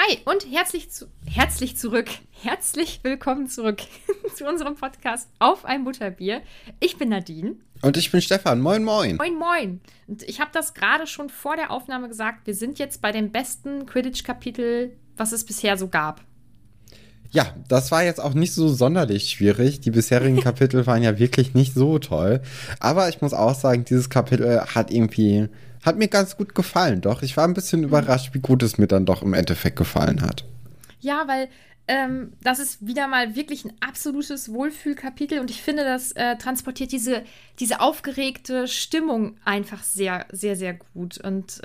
Hi und herzlich willkommen zurück zu unserem Podcast Auf ein Butterbier. Ich bin Nadine. Und ich bin Stefan. Moin, moin. Moin, moin. Und ich habe das gerade schon vor der Aufnahme gesagt. Wir sind jetzt bei dem besten Quidditch-Kapitel, was es bisher so gab. Ja, das war jetzt auch nicht so sonderlich schwierig. Die bisherigen Kapitel waren ja wirklich nicht so toll. Aber ich muss auch sagen, dieses Kapitel hat mir ganz gut gefallen. Doch, ich war ein bisschen überrascht, wie gut es mir dann doch im Endeffekt gefallen hat. Ja, weil das ist wieder mal wirklich ein absolutes Wohlfühlkapitel. Und ich finde, das transportiert diese aufgeregte Stimmung einfach sehr, sehr, sehr gut. Und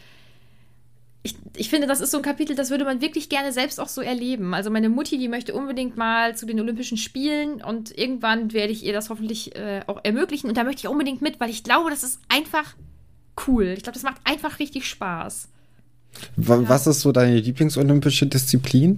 ich finde, das ist so ein Kapitel, das würde man wirklich gerne selbst auch so erleben. Also meine Mutti, die möchte unbedingt mal zu den Olympischen Spielen und irgendwann werde ich ihr das hoffentlich auch ermöglichen. Und da möchte ich unbedingt mit, weil ich glaube, das ist einfach cool. Ich glaube, das macht einfach richtig Spaß. Was ist so deine Lieblingsolympische Disziplin?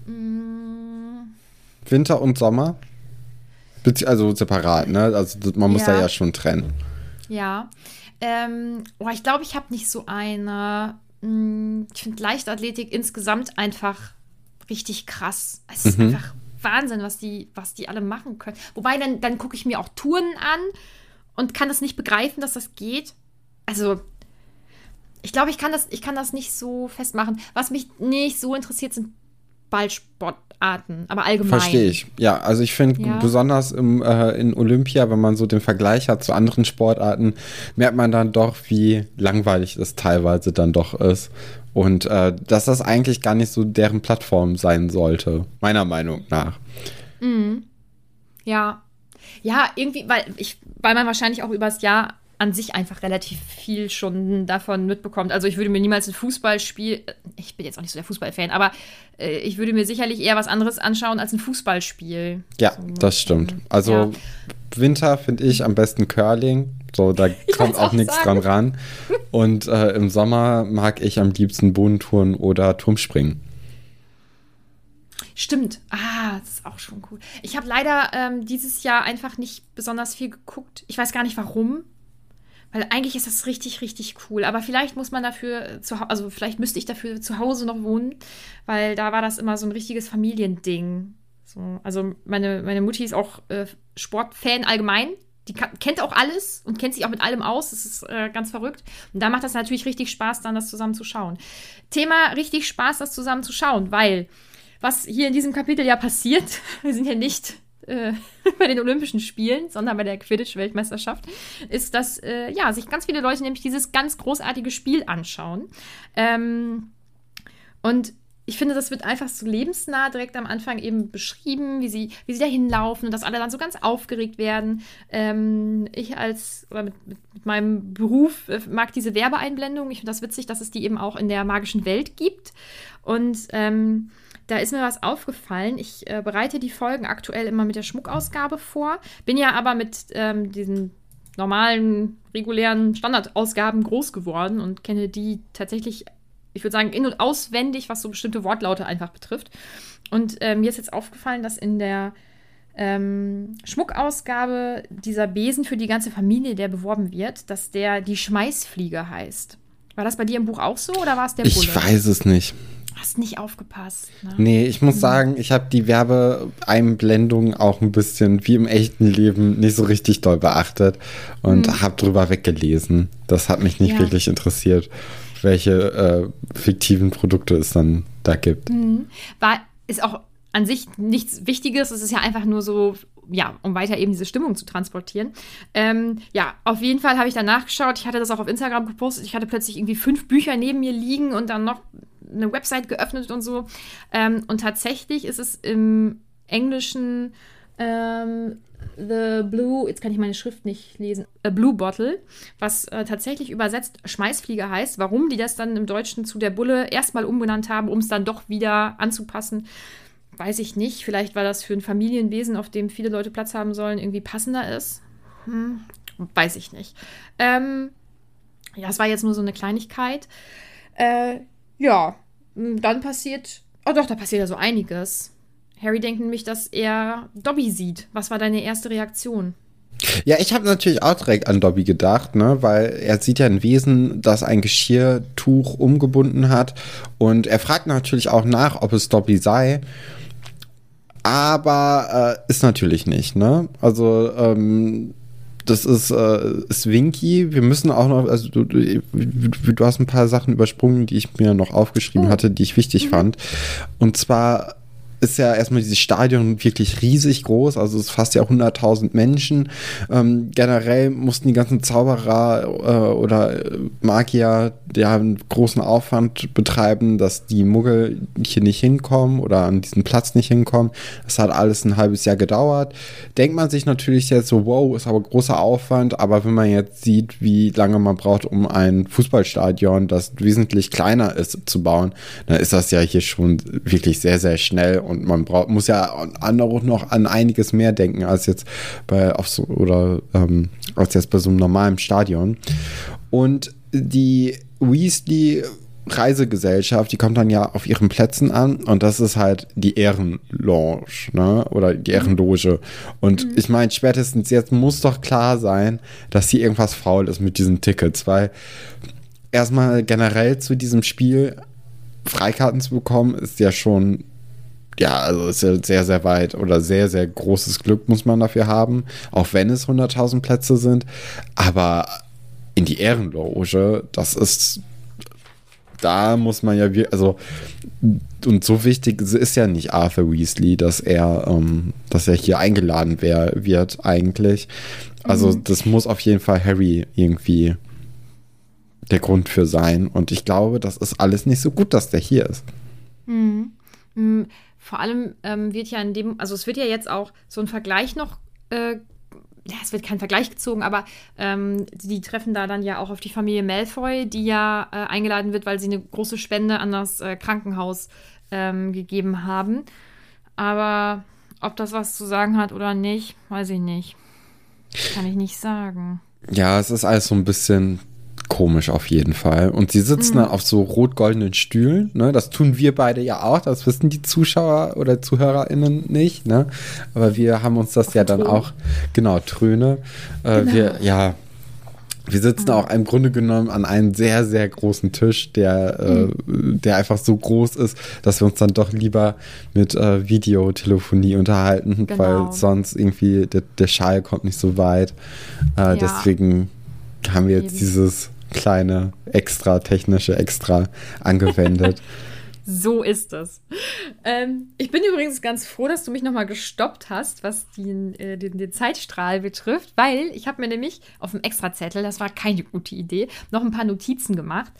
Winter und Sommer? Also separat, ne? Also man muss da ja schon trennen. Ja. Ich glaube, ich habe nicht so eine. Ich finde Leichtathletik insgesamt einfach richtig krass. Es ist einfach Wahnsinn, was die alle machen können. Wobei, dann gucke ich mir auch Touren an und kann das nicht begreifen, dass das geht. Also, ich glaube, ich kann das nicht so festmachen. Was mich nicht so interessiert, sind Ballsportarten, aber allgemein. Verstehe ich. Ja, also ich finde besonders in Olympia, wenn man so den Vergleich hat zu anderen Sportarten, merkt man dann doch, wie langweilig es teilweise dann doch ist. Und dass das eigentlich gar nicht so deren Plattform sein sollte, meiner Meinung nach. Mhm. Ja. Ja, irgendwie, weil man wahrscheinlich auch übers Jahr an sich einfach relativ viel schon davon mitbekommt. Also ich würde mir niemals ein Fußballspiel, ich bin jetzt auch nicht so der Fußballfan, aber ich würde mir sicherlich eher was anderes anschauen als ein Fußballspiel. Ja, so, das stimmt. Also Winter finde ich am besten Curling. So, da kommt auch nichts dran ran. Und im Sommer mag ich am liebsten Bohntouren oder Turmspringen. Stimmt. Das ist auch schon cool. Ich habe leider dieses Jahr einfach nicht besonders viel geguckt. Ich weiß gar nicht, warum. Weil eigentlich ist das richtig, richtig cool. Aber vielleicht muss man dafür, vielleicht müsste ich dafür zu Hause noch wohnen, weil da war das immer so ein richtiges Familiending. So, also meine Mutti ist auch Sportfan allgemein. Die kennt auch alles und kennt sich auch mit allem aus. Das ist ganz verrückt. Und da macht das natürlich richtig Spaß, dann das zusammen zu schauen. Thema richtig Spaß, das zusammen zu schauen, weil was hier in diesem Kapitel ja passiert, wir sind ja nicht bei den Olympischen Spielen, sondern bei der Quidditch-Weltmeisterschaft, ist, dass sich ganz viele Leute nämlich dieses ganz großartige Spiel anschauen. Und ich finde, das wird einfach so lebensnah direkt am Anfang eben beschrieben, wie sie da hinlaufen und dass alle dann so ganz aufgeregt werden. Ich mit meinem Beruf mag diese Werbeeinblendung. Ich finde das witzig, dass es die eben auch in der magischen Welt gibt. Und da ist mir was aufgefallen. Ich bereite die Folgen aktuell immer mit der Schmuckausgabe vor. Bin ja aber mit diesen normalen, regulären Standardausgaben groß geworden und kenne die tatsächlich, ich würde sagen, in- und auswendig, was so bestimmte Wortlaute einfach betrifft. Und mir ist jetzt aufgefallen, dass in der Schmuckausgabe dieser Besen für die ganze Familie, der beworben wird, dass der die Schmeißfliege heißt. War das bei dir im Buch auch so oder war es der Bulle? Ich weiß es nicht. Hast nicht aufgepasst, ne? Nee, ich muss sagen, ich habe die Werbeeinblendung auch ein bisschen wie im echten Leben nicht so richtig doll beachtet und habe drüber weggelesen. Das hat mich nicht wirklich interessiert, welche fiktiven Produkte es dann da gibt. Ist auch an sich nichts Wichtiges. Es ist ja einfach nur so, um weiter eben diese Stimmung zu transportieren. Auf jeden Fall habe ich dann nachgeschaut. Ich hatte das auch auf Instagram gepostet. Ich hatte plötzlich irgendwie 5 Bücher neben mir liegen und dann noch eine Website geöffnet und so. Und tatsächlich ist es im Englischen The Blue, jetzt kann ich meine Schrift nicht lesen, A Blue Bottle, was tatsächlich übersetzt Schmeißfliege heißt. Warum die das dann im Deutschen zu der Bulle erstmal umbenannt haben, um es dann doch wieder anzupassen, weiß ich nicht. Vielleicht, weil das für ein Familienwesen, auf dem viele Leute Platz haben sollen, irgendwie passender ist. Weiß ich nicht. Es war jetzt nur so eine Kleinigkeit. Dann passiert, da passiert ja so einiges. Harry denkt nämlich, dass er Dobby sieht. Was war deine erste Reaktion? Ja, ich habe natürlich auch direkt an Dobby gedacht, ne, weil er sieht ja ein Wesen, das ein Geschirrtuch umgebunden hat und er fragt natürlich auch nach, ob es Dobby sei, aber ist natürlich nicht, ne? Also das ist Winky. Wir müssen auch noch, also du hast ein paar Sachen übersprungen, die ich mir noch aufgeschrieben hatte, die ich wichtig fand. Und zwar ist ja erstmal dieses Stadion wirklich riesig groß, also es fasst ja 100.000 Menschen. Generell mussten die ganzen Zauberer oder Magier ja einen großen Aufwand betreiben, dass die Muggel hier nicht hinkommen oder an diesen Platz nicht hinkommen. Das hat alles ein halbes Jahr gedauert. Denkt man sich natürlich jetzt so, wow, ist aber großer Aufwand, aber wenn man jetzt sieht, wie lange man braucht, um ein Fußballstadion, das wesentlich kleiner ist, zu bauen, dann ist das ja hier schon wirklich sehr, sehr schnell. Und man muss ja auch noch an einiges mehr denken als jetzt als jetzt bei so einem normalen Stadion. Und die Weasley-Reisegesellschaft, die kommt dann ja auf ihren Plätzen an und das ist halt die Ehrenlounge, ne? Oder die Ehrenloge. Und ich meine, spätestens jetzt muss doch klar sein, dass hier irgendwas faul ist mit diesen Tickets, weil erstmal generell zu diesem Spiel Freikarten zu bekommen, ist ja schon, ja, also ist ja sehr, sehr weit oder sehr, sehr großes Glück muss man dafür haben, auch wenn es 100.000 Plätze sind. Aber in die Ehrenloge, da muss man ja, also, und so wichtig ist ja nicht Arthur Weasley, dass er hier eingeladen wird eigentlich. Also das muss auf jeden Fall Harry irgendwie der Grund für sein. Und ich glaube, das ist alles nicht so gut, dass der hier ist. Vor allem wird ja also es wird ja jetzt auch so ein Vergleich noch, es wird kein Vergleich gezogen, aber die treffen da dann ja auch auf die Familie Malfoy, die ja eingeladen wird, weil sie eine große Spende an das Krankenhaus gegeben haben. Aber ob das was zu sagen hat oder nicht, weiß ich nicht. Kann ich nicht sagen. Ja, es ist alles so ein bisschen komisch auf jeden Fall. Und sie sitzen dann auf so rot-goldenen Stühlen. Ne? Das tun wir beide ja auch. Das wissen die Zuschauer oder ZuhörerInnen nicht. Ne? Aber wir haben uns das ja dann auch, genau, Tröne. Genau. Wir sitzen auch im Grunde genommen an einem sehr, sehr großen Tisch, der einfach so groß ist, dass wir uns dann doch lieber mit Videotelefonie unterhalten, genau, weil sonst irgendwie der Schall kommt nicht so weit. Deswegen haben wir jetzt dieses kleine technische Extra angewendet. So ist es. Ich bin übrigens ganz froh, dass du mich nochmal gestoppt hast, was den Zeitstrahl betrifft, weil ich habe mir nämlich auf dem Extrazettel, das war keine gute Idee, noch ein paar Notizen gemacht.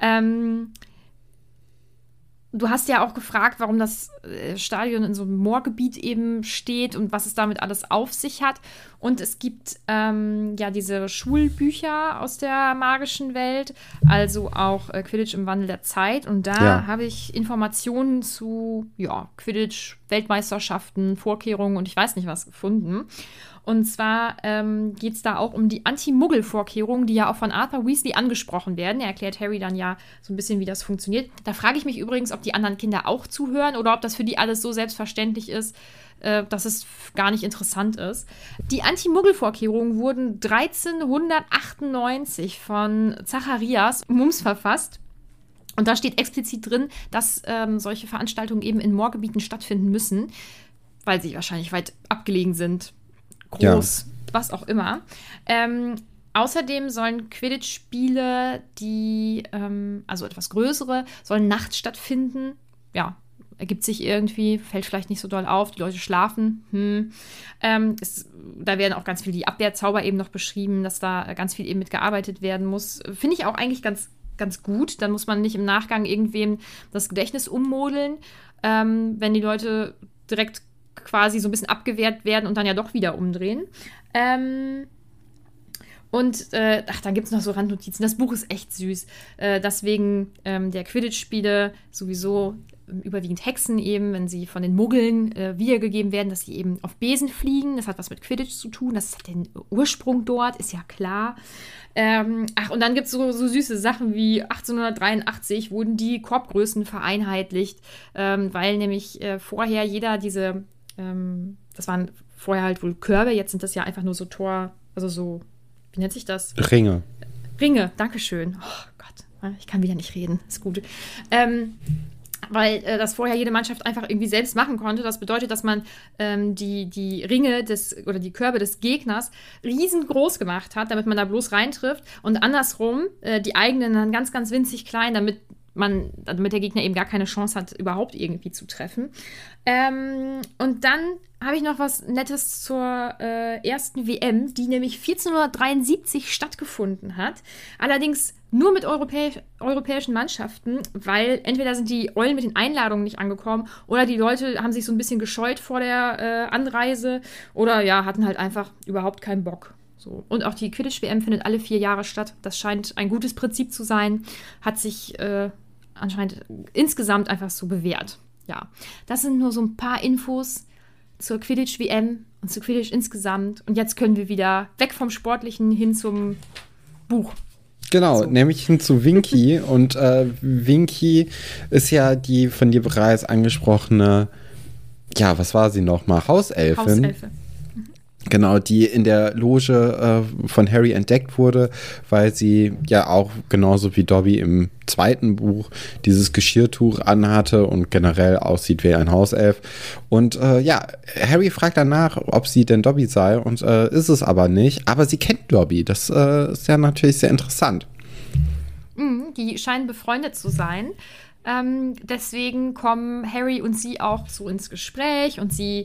Du hast ja auch gefragt, warum das Stadion in so einem Moorgebiet eben steht und was es damit alles auf sich hat. Und es gibt diese Schulbücher aus der magischen Welt, also auch Quidditch im Wandel der Zeit. Und da habe ich Informationen zu Quidditch-Weltmeisterschaften, Vorkehrungen und ich weiß nicht was gefunden. Und zwar geht es da auch um die Anti-Muggel-Vorkehrungen, die ja auch von Arthur Weasley angesprochen werden. Er erklärt Harry dann ja so ein bisschen, wie das funktioniert. Da frage ich mich übrigens, ob die anderen Kinder auch zuhören oder ob das für die alles so selbstverständlich ist, dass es gar nicht interessant ist. Die Anti-Muggel-Vorkehrungen wurden 1398 von Zacharias Mums verfasst. Und da steht explizit drin, dass solche Veranstaltungen eben in Moorgebieten stattfinden müssen, weil sie wahrscheinlich weit abgelegen sind. Groß, was auch immer. Außerdem sollen Quidditch-Spiele, also etwas größere, sollen nachts stattfinden. Ja, ergibt sich irgendwie, fällt vielleicht nicht so doll auf, die Leute schlafen. Da werden auch ganz viel die Abwehrzauber eben noch beschrieben, dass da ganz viel eben mitgearbeitet werden muss. Finde ich auch eigentlich ganz, ganz gut. Dann muss man nicht im Nachgang irgendwem das Gedächtnis ummodeln, wenn die Leute direkt quasi so ein bisschen abgewehrt werden und dann ja doch wieder umdrehen. Dann gibt es noch so Randnotizen. Das Buch ist echt süß. Dass wegen der Quidditch-Spiele sowieso überwiegend Hexen eben, wenn sie von den Muggeln wiedergegeben werden, dass sie eben auf Besen fliegen. Das hat was mit Quidditch zu tun. Das hat den Ursprung dort, ist ja klar. Und dann gibt es so süße Sachen wie 1883 wurden die Korbgrößen vereinheitlicht, weil nämlich vorher jeder das waren vorher halt wohl Körbe, jetzt sind das ja einfach nur so so, wie nennt sich das? Ringe. Ringe, dankeschön. Oh Gott, ich kann wieder nicht reden, ist gut. Weil das vorher jede Mannschaft einfach irgendwie selbst machen konnte. Das bedeutet, dass man die Ringe oder die Körbe des Gegners riesengroß gemacht hat, damit man da bloß reintrifft. Und andersrum die eigenen dann ganz, ganz winzig klein, damit der Gegner eben gar keine Chance hat, überhaupt irgendwie zu treffen. Und dann habe ich noch was Nettes zur ersten WM, die nämlich 1473 stattgefunden hat. Allerdings nur mit europäischen Mannschaften, weil entweder sind die Eulen mit den Einladungen nicht angekommen oder die Leute haben sich so ein bisschen gescheut vor der Anreise oder ja, hatten halt einfach überhaupt keinen Bock. So. Und auch die Quidditch-WM findet alle 4 Jahre statt. Das scheint ein gutes Prinzip zu sein. Hat sich anscheinend insgesamt einfach so bewährt. Ja, das sind nur so ein paar Infos zur Quidditch-WM und zu Quidditch insgesamt. Und jetzt können wir wieder weg vom Sportlichen hin zum Buch. Genau, so. Nämlich hin zu Winky. Und Winky ist ja die von dir bereits angesprochene, ja, was war sie nochmal? Hauselfin. Hauselfe. Genau, die in der Loge von Harry entdeckt wurde, weil sie ja auch genauso wie Dobby im zweiten Buch dieses Geschirrtuch anhatte und generell aussieht wie ein Hauself. Und Harry fragt danach, ob sie denn Dobby sei und ist es aber nicht. Aber sie kennt Dobby. Das ist ja natürlich sehr interessant. Die scheinen befreundet zu sein. Deswegen kommen Harry und sie auch so ins Gespräch und sie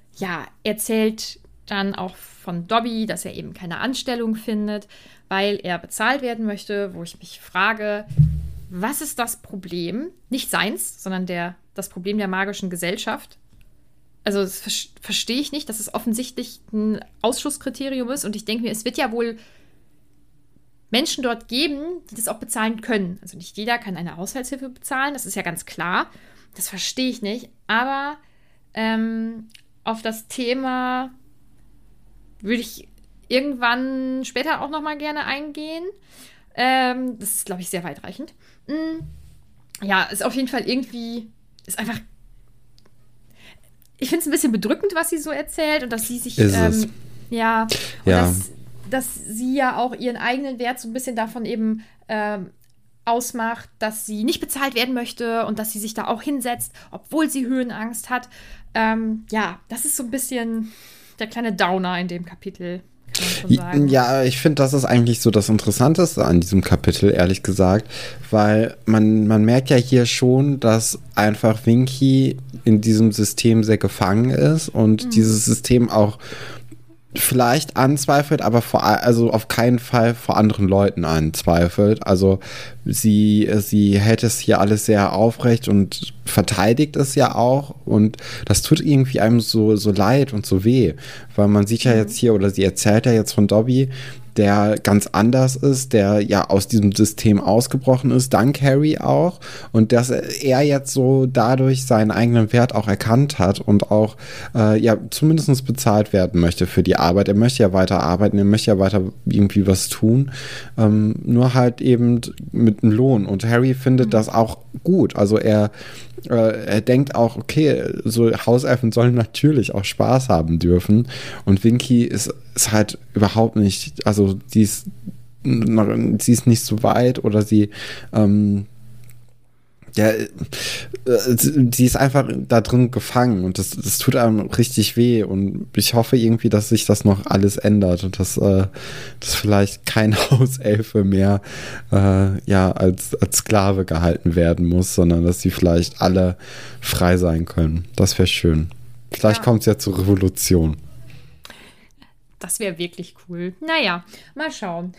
erzählt dann auch von Dobby, dass er eben keine Anstellung findet, weil er bezahlt werden möchte, wo ich mich frage, was ist das Problem? Nicht seins, sondern das Problem der magischen Gesellschaft. Also das verstehe ich nicht, dass es offensichtlich ein Ausschlusskriterium ist und ich denke mir, es wird ja wohl Menschen dort geben, die das auch bezahlen können. Also nicht jeder kann eine Haushaltshilfe bezahlen, das ist ja ganz klar. Das verstehe ich nicht, aber auf das Thema würde ich irgendwann später auch noch mal gerne eingehen. Das ist, glaube ich, sehr weitreichend. Ja, ist auf jeden Fall ist einfach. Ich finde es ein bisschen bedrückend, was sie so erzählt und dass sie sich. Dass sie ja auch ihren eigenen Wert so ein bisschen davon eben ausmacht, dass sie nicht bezahlt werden möchte und dass sie sich da auch hinsetzt, obwohl sie Höhenangst hat. Das ist so ein bisschen der kleine Downer in dem Kapitel, kann man schon sagen. Ja, ich finde, das ist eigentlich so das Interessanteste an diesem Kapitel, ehrlich gesagt, weil man merkt ja hier schon, dass einfach Winky in diesem System sehr gefangen ist und dieses System auch vielleicht anzweifelt, aber auf keinen Fall vor anderen Leuten anzweifelt. Also sie hält es hier alles sehr aufrecht und verteidigt es ja auch und das tut irgendwie einem so leid und so weh, weil man sieht ja jetzt hier, oder sie erzählt ja jetzt von Dobby, der ganz anders ist, der ja aus diesem System ausgebrochen ist, dank Harry auch, und dass er jetzt so dadurch seinen eigenen Wert auch erkannt hat und auch zumindest bezahlt werden möchte für die Arbeit. Er möchte ja weiter arbeiten, er möchte ja weiter irgendwie was tun, nur halt eben mit einem Lohn, und Harry findet das auch gut, also er denkt auch, okay, so Hauselfen sollen natürlich auch Spaß haben dürfen, und Winky ist halt überhaupt nicht, also sie ist nicht so weit, oder sie sie ist einfach da drin gefangen und das tut einem richtig weh, und ich hoffe irgendwie, dass sich das noch alles ändert und dass vielleicht kein Hauselfe mehr als Sklave gehalten werden muss, sondern dass sie vielleicht alle frei sein können. Das wäre schön. Vielleicht kommt es ja zur Revolution. Das wäre wirklich cool. Naja, mal schauen.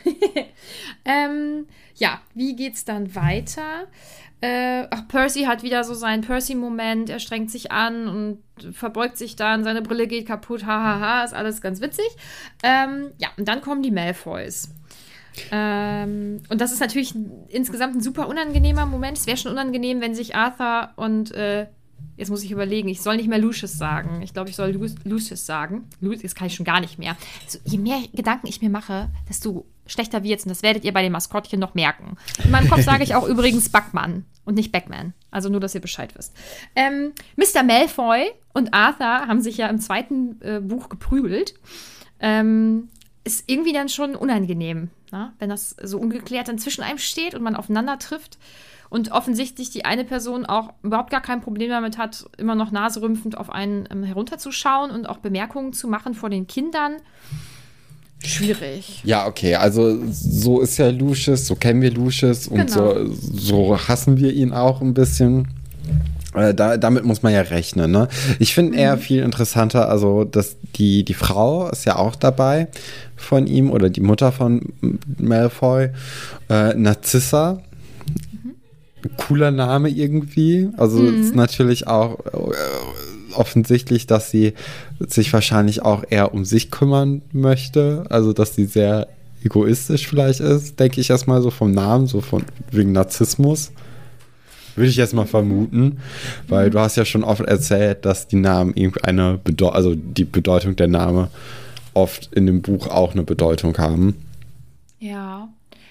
Wie geht's dann weiter? Percy hat wieder so seinen Percy-Moment. Er strengt sich an und verbeugt sich dann. Seine Brille geht kaputt. Hahaha, ist alles ganz witzig. Und dann kommen die Malfoys. Und das ist natürlich insgesamt ein super unangenehmer Moment. Es wäre schon unangenehm, wenn sich Arthur und Jetzt muss ich überlegen. Ich soll nicht mehr Lucius sagen. Ich glaube, ich soll Lucius sagen. Jetzt kann ich schon gar nicht mehr. Also, je mehr Gedanken ich mir mache, desto schlechter wird's. Und das werdet ihr bei den Maskottchen noch merken. In meinem Kopf sage ich auch übrigens Buckman und nicht Backman. Also nur, dass ihr Bescheid wisst. Mr. Malfoy und Arthur haben sich ja im zweiten Buch geprügelt. Ist irgendwie dann schon unangenehm, ne? Wenn das so ungeklärt dann zwischen einem steht und man aufeinander trifft. Und offensichtlich die eine Person auch überhaupt gar kein Problem damit hat, immer noch naserümpfend auf einen herunterzuschauen und auch Bemerkungen zu machen vor den Kindern. Schwierig. Ja, okay, also so ist ja Lucius, so kennen wir Lucius und Genau. so hassen wir ihn auch ein bisschen. Damit muss man ja rechnen, ne? Ich finde eher viel interessanter, also dass die Frau ist ja auch dabei von ihm oder die Mutter von Malfoy, Narcissa. Cooler Name irgendwie. Also ist natürlich auch offensichtlich, dass sie sich wahrscheinlich auch eher um sich kümmern möchte. Also dass sie sehr egoistisch vielleicht ist, denke ich erstmal so vom Namen, so von wegen Narzissmus. Würde ich jetzt mal vermuten, weil du hast ja schon oft erzählt, dass die Namen irgendeine Bedeutung, also die Bedeutung der Name oft in dem Buch auch eine Bedeutung haben. Ja.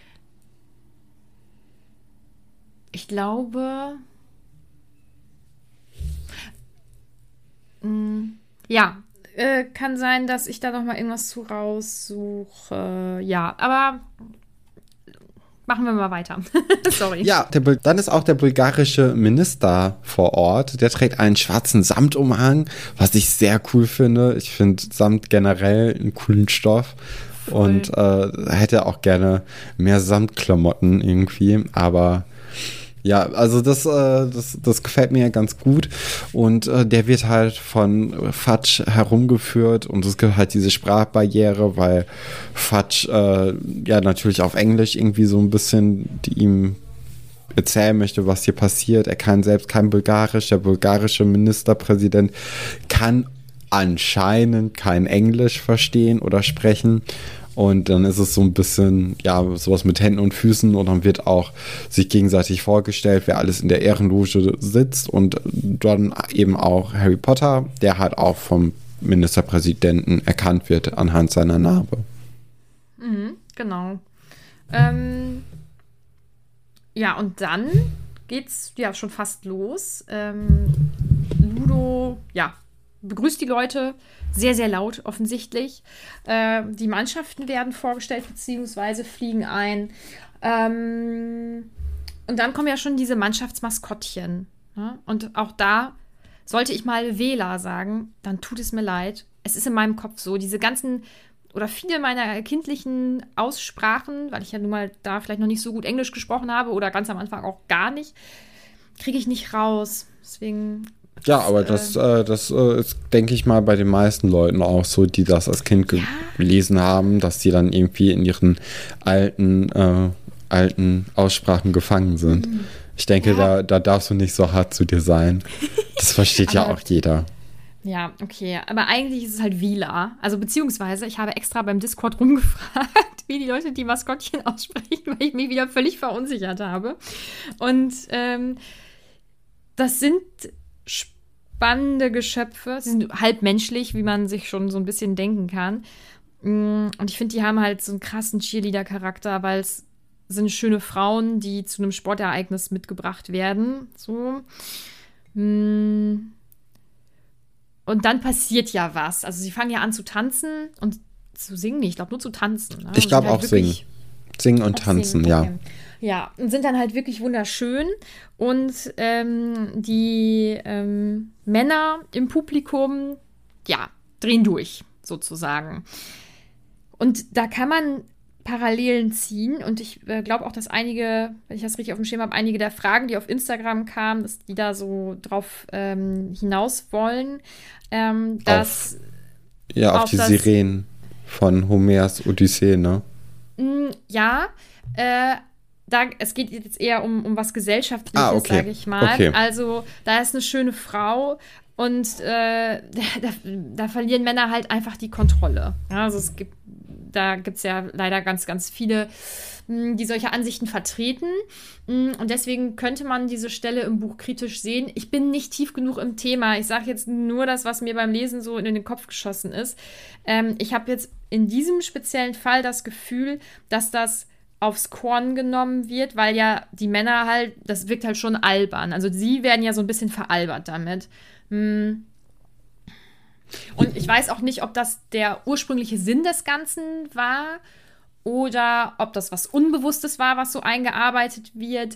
Ich glaube. Ja, kann sein, dass ich da noch mal irgendwas zu raussuche. Ja, aber machen wir mal weiter. Sorry. Ja, dann ist auch der bulgarische Minister vor Ort. Der trägt einen schwarzen Samtumhang, was ich sehr cool finde. Ich finde Samt generell einen coolen Stoff. Voll. Und hätte auch gerne mehr Samtklamotten irgendwie. Aber ja, also das gefällt mir ja ganz gut. Und der wird halt von Fudge herumgeführt und es gibt halt diese Sprachbarriere, weil Fudge ja natürlich auf Englisch irgendwie so ein bisschen ihm erzählen möchte, was hier passiert. Er kann selbst kein Bulgarisch. Der bulgarische Ministerpräsident kann anscheinend kein Englisch verstehen oder sprechen. Und dann ist es so ein bisschen, ja, sowas mit Händen und Füßen und dann wird auch sich gegenseitig vorgestellt, wer alles in der Ehrenloge sitzt und dann eben auch Harry Potter, der halt auch vom Ministerpräsidenten erkannt wird anhand seiner Narbe. Genau. Ja, und dann geht's ja schon fast los. Ludo, ja, begrüßt die Leute sehr, sehr laut offensichtlich. Die Mannschaften werden vorgestellt bzw. fliegen ein. Und dann kommen ja schon diese Mannschaftsmaskottchen. Ne? Und auch da sollte ich mal Wähler sagen, dann tut es mir leid. Es ist in meinem Kopf so, diese ganzen oder viele meiner kindlichen Aussprachen, weil ich ja nun mal da vielleicht noch nicht so gut Englisch gesprochen habe oder ganz am Anfang auch gar nicht, kriege ich nicht raus. Deswegen. Ja, aber das ist, denke ich mal, bei den meisten Leuten auch so, die das als Kind gelesen haben, dass die dann irgendwie in ihren alten Aussprachen gefangen sind. Ich denke, da darfst du nicht so hart zu dir sein. Das versteht ja auch jeder. Ja, okay. Aber eigentlich ist es halt Vila. Also beziehungsweise, ich habe extra beim Discord rumgefragt, wie die Leute die Maskottchen aussprechen, weil ich mich wieder völlig verunsichert habe. Und das sind spannende Geschöpfe. Sie sind halb menschlich, wie man sich schon so ein bisschen denken kann. Und ich finde, die haben halt so einen krassen Cheerleader-Charakter, weil es sind schöne Frauen, die zu einem Sportereignis mitgebracht werden. So. Und dann passiert ja was. Also sie fangen ja an zu tanzen und zu singen. Nee, ich glaube nur zu tanzen. Ne? Ich glaube auch singen. Singen und tanzen, singen, okay. ja. Ja, und sind dann halt wirklich wunderschön. Und die Männer im Publikum, ja, drehen durch, sozusagen. Und da kann man Parallelen ziehen. Und ich glaube auch, dass einige, wenn ich das richtig auf dem Schirm habe, einige der Fragen, die auf Instagram kamen, dass die da so drauf hinaus wollen, dass auf die Sirenen von Homers Odyssee, ne? Ja, es geht jetzt eher um was Gesellschaftliches, okay. sage ich mal. Okay. Also, da ist eine schöne Frau und da verlieren Männer halt einfach die Kontrolle. Ja, also es gibt da gibt es ja leider ganz, ganz viele, die solche Ansichten vertreten. Und deswegen könnte man diese Stelle im Buch kritisch sehen. Ich bin nicht tief genug im Thema. Ich sage jetzt nur das, was mir beim Lesen so in den Kopf geschossen ist. Ich habe jetzt in diesem speziellen Fall das Gefühl, dass das aufs Korn genommen wird, weil ja die Männer halt, das wirkt halt schon albern. Also sie werden ja so ein bisschen veralbert damit. Und ich weiß auch nicht, ob das der ursprüngliche Sinn des Ganzen war oder ob das was Unbewusstes war, was so eingearbeitet wird.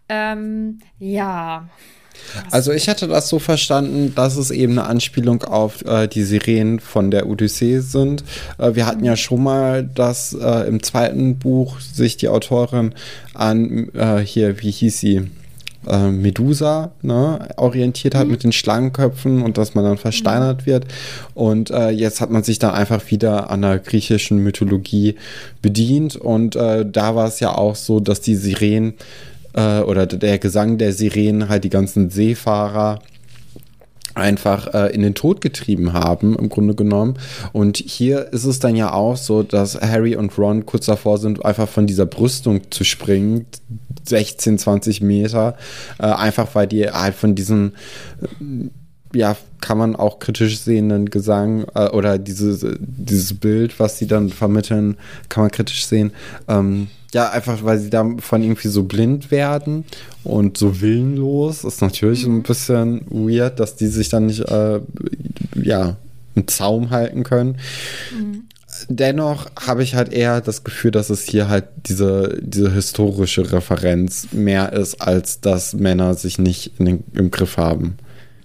Ja. Also ich hatte das so verstanden, dass es eben eine Anspielung auf die Sirenen von der Odyssee sind. Wir hatten ja schon mal, dass im zweiten Buch sich die Autorin an hier, wie hieß sie? Medusa, ne, orientiert hat mit den Schlangenköpfen und dass man dann versteinert wird. Und jetzt hat man sich dann einfach wieder an der griechischen Mythologie bedient. Und da war es ja auch so, dass die Sirenen oder der Gesang der Sirenen halt die ganzen Seefahrer einfach in den Tod getrieben haben, im Grunde genommen. Und hier ist es dann ja auch so, dass Harry und Ron kurz davor sind, einfach von dieser Brüstung zu springen, 16, 20 Meter, einfach weil die halt von diesem, ja, kann man auch kritisch sehenden Gesang oder dieses Bild, was sie dann vermitteln, kann man kritisch sehen, ja, einfach weil sie davon irgendwie so blind werden und so willenlos. Ist natürlich ein bisschen weird, dass die sich dann nicht, ja, einen Zaum halten können. Dennoch habe ich halt eher das Gefühl, dass es hier halt diese historische Referenz mehr ist, als dass Männer sich nicht im Griff haben.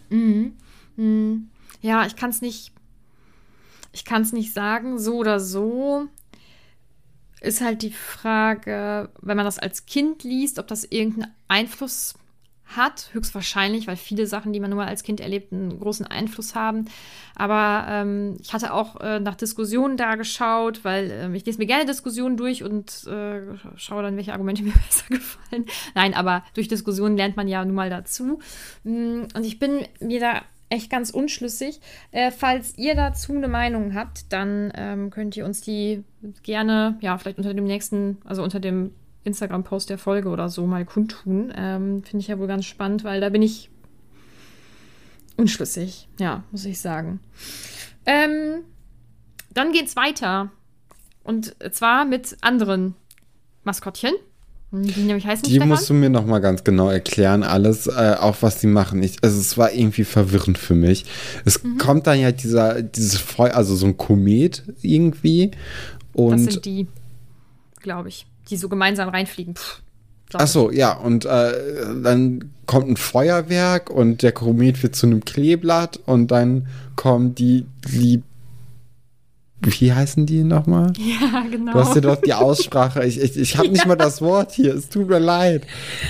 Ja, ich kann es nicht sagen, so oder so. Ist halt die Frage, wenn man das als Kind liest, ob das irgendeinen Einfluss hat. Höchstwahrscheinlich, weil viele Sachen, die man nur als Kind erlebt, einen großen Einfluss haben. Aber ich hatte auch nach Diskussionen da geschaut, weil ich lese mir gerne Diskussionen durch und schaue dann, welche Argumente mir besser gefallen. Nein, aber durch Diskussionen lernt man ja nun mal dazu. Und ich bin mir da echt ganz unschlüssig. Falls ihr dazu eine Meinung habt, dann könnt ihr uns die gerne, ja, vielleicht unter dem unter dem Instagram-Post der Folge oder so mal kundtun. Finde ich ja wohl ganz spannend, weil da bin ich unschlüssig, ja, muss ich sagen. Dann geht's weiter. Und zwar mit anderen Maskottchen. Die nämlich heißen Die Stefan? Musst du mir noch mal ganz genau erklären, alles, auch was sie machen. Also es war irgendwie verwirrend für mich. Es kommt dann ja dieses Feuer, also so ein Komet irgendwie. Und das sind die, glaube ich, die so gemeinsam reinfliegen. Ach so, ja, und dann kommt ein Feuerwerk und der Komet wird zu einem Kleeblatt und dann kommen die wie heißen die nochmal? Ja, genau. Du hast ja doch die Aussprache. Ich habe nicht mal das Wort hier. Es tut mir leid.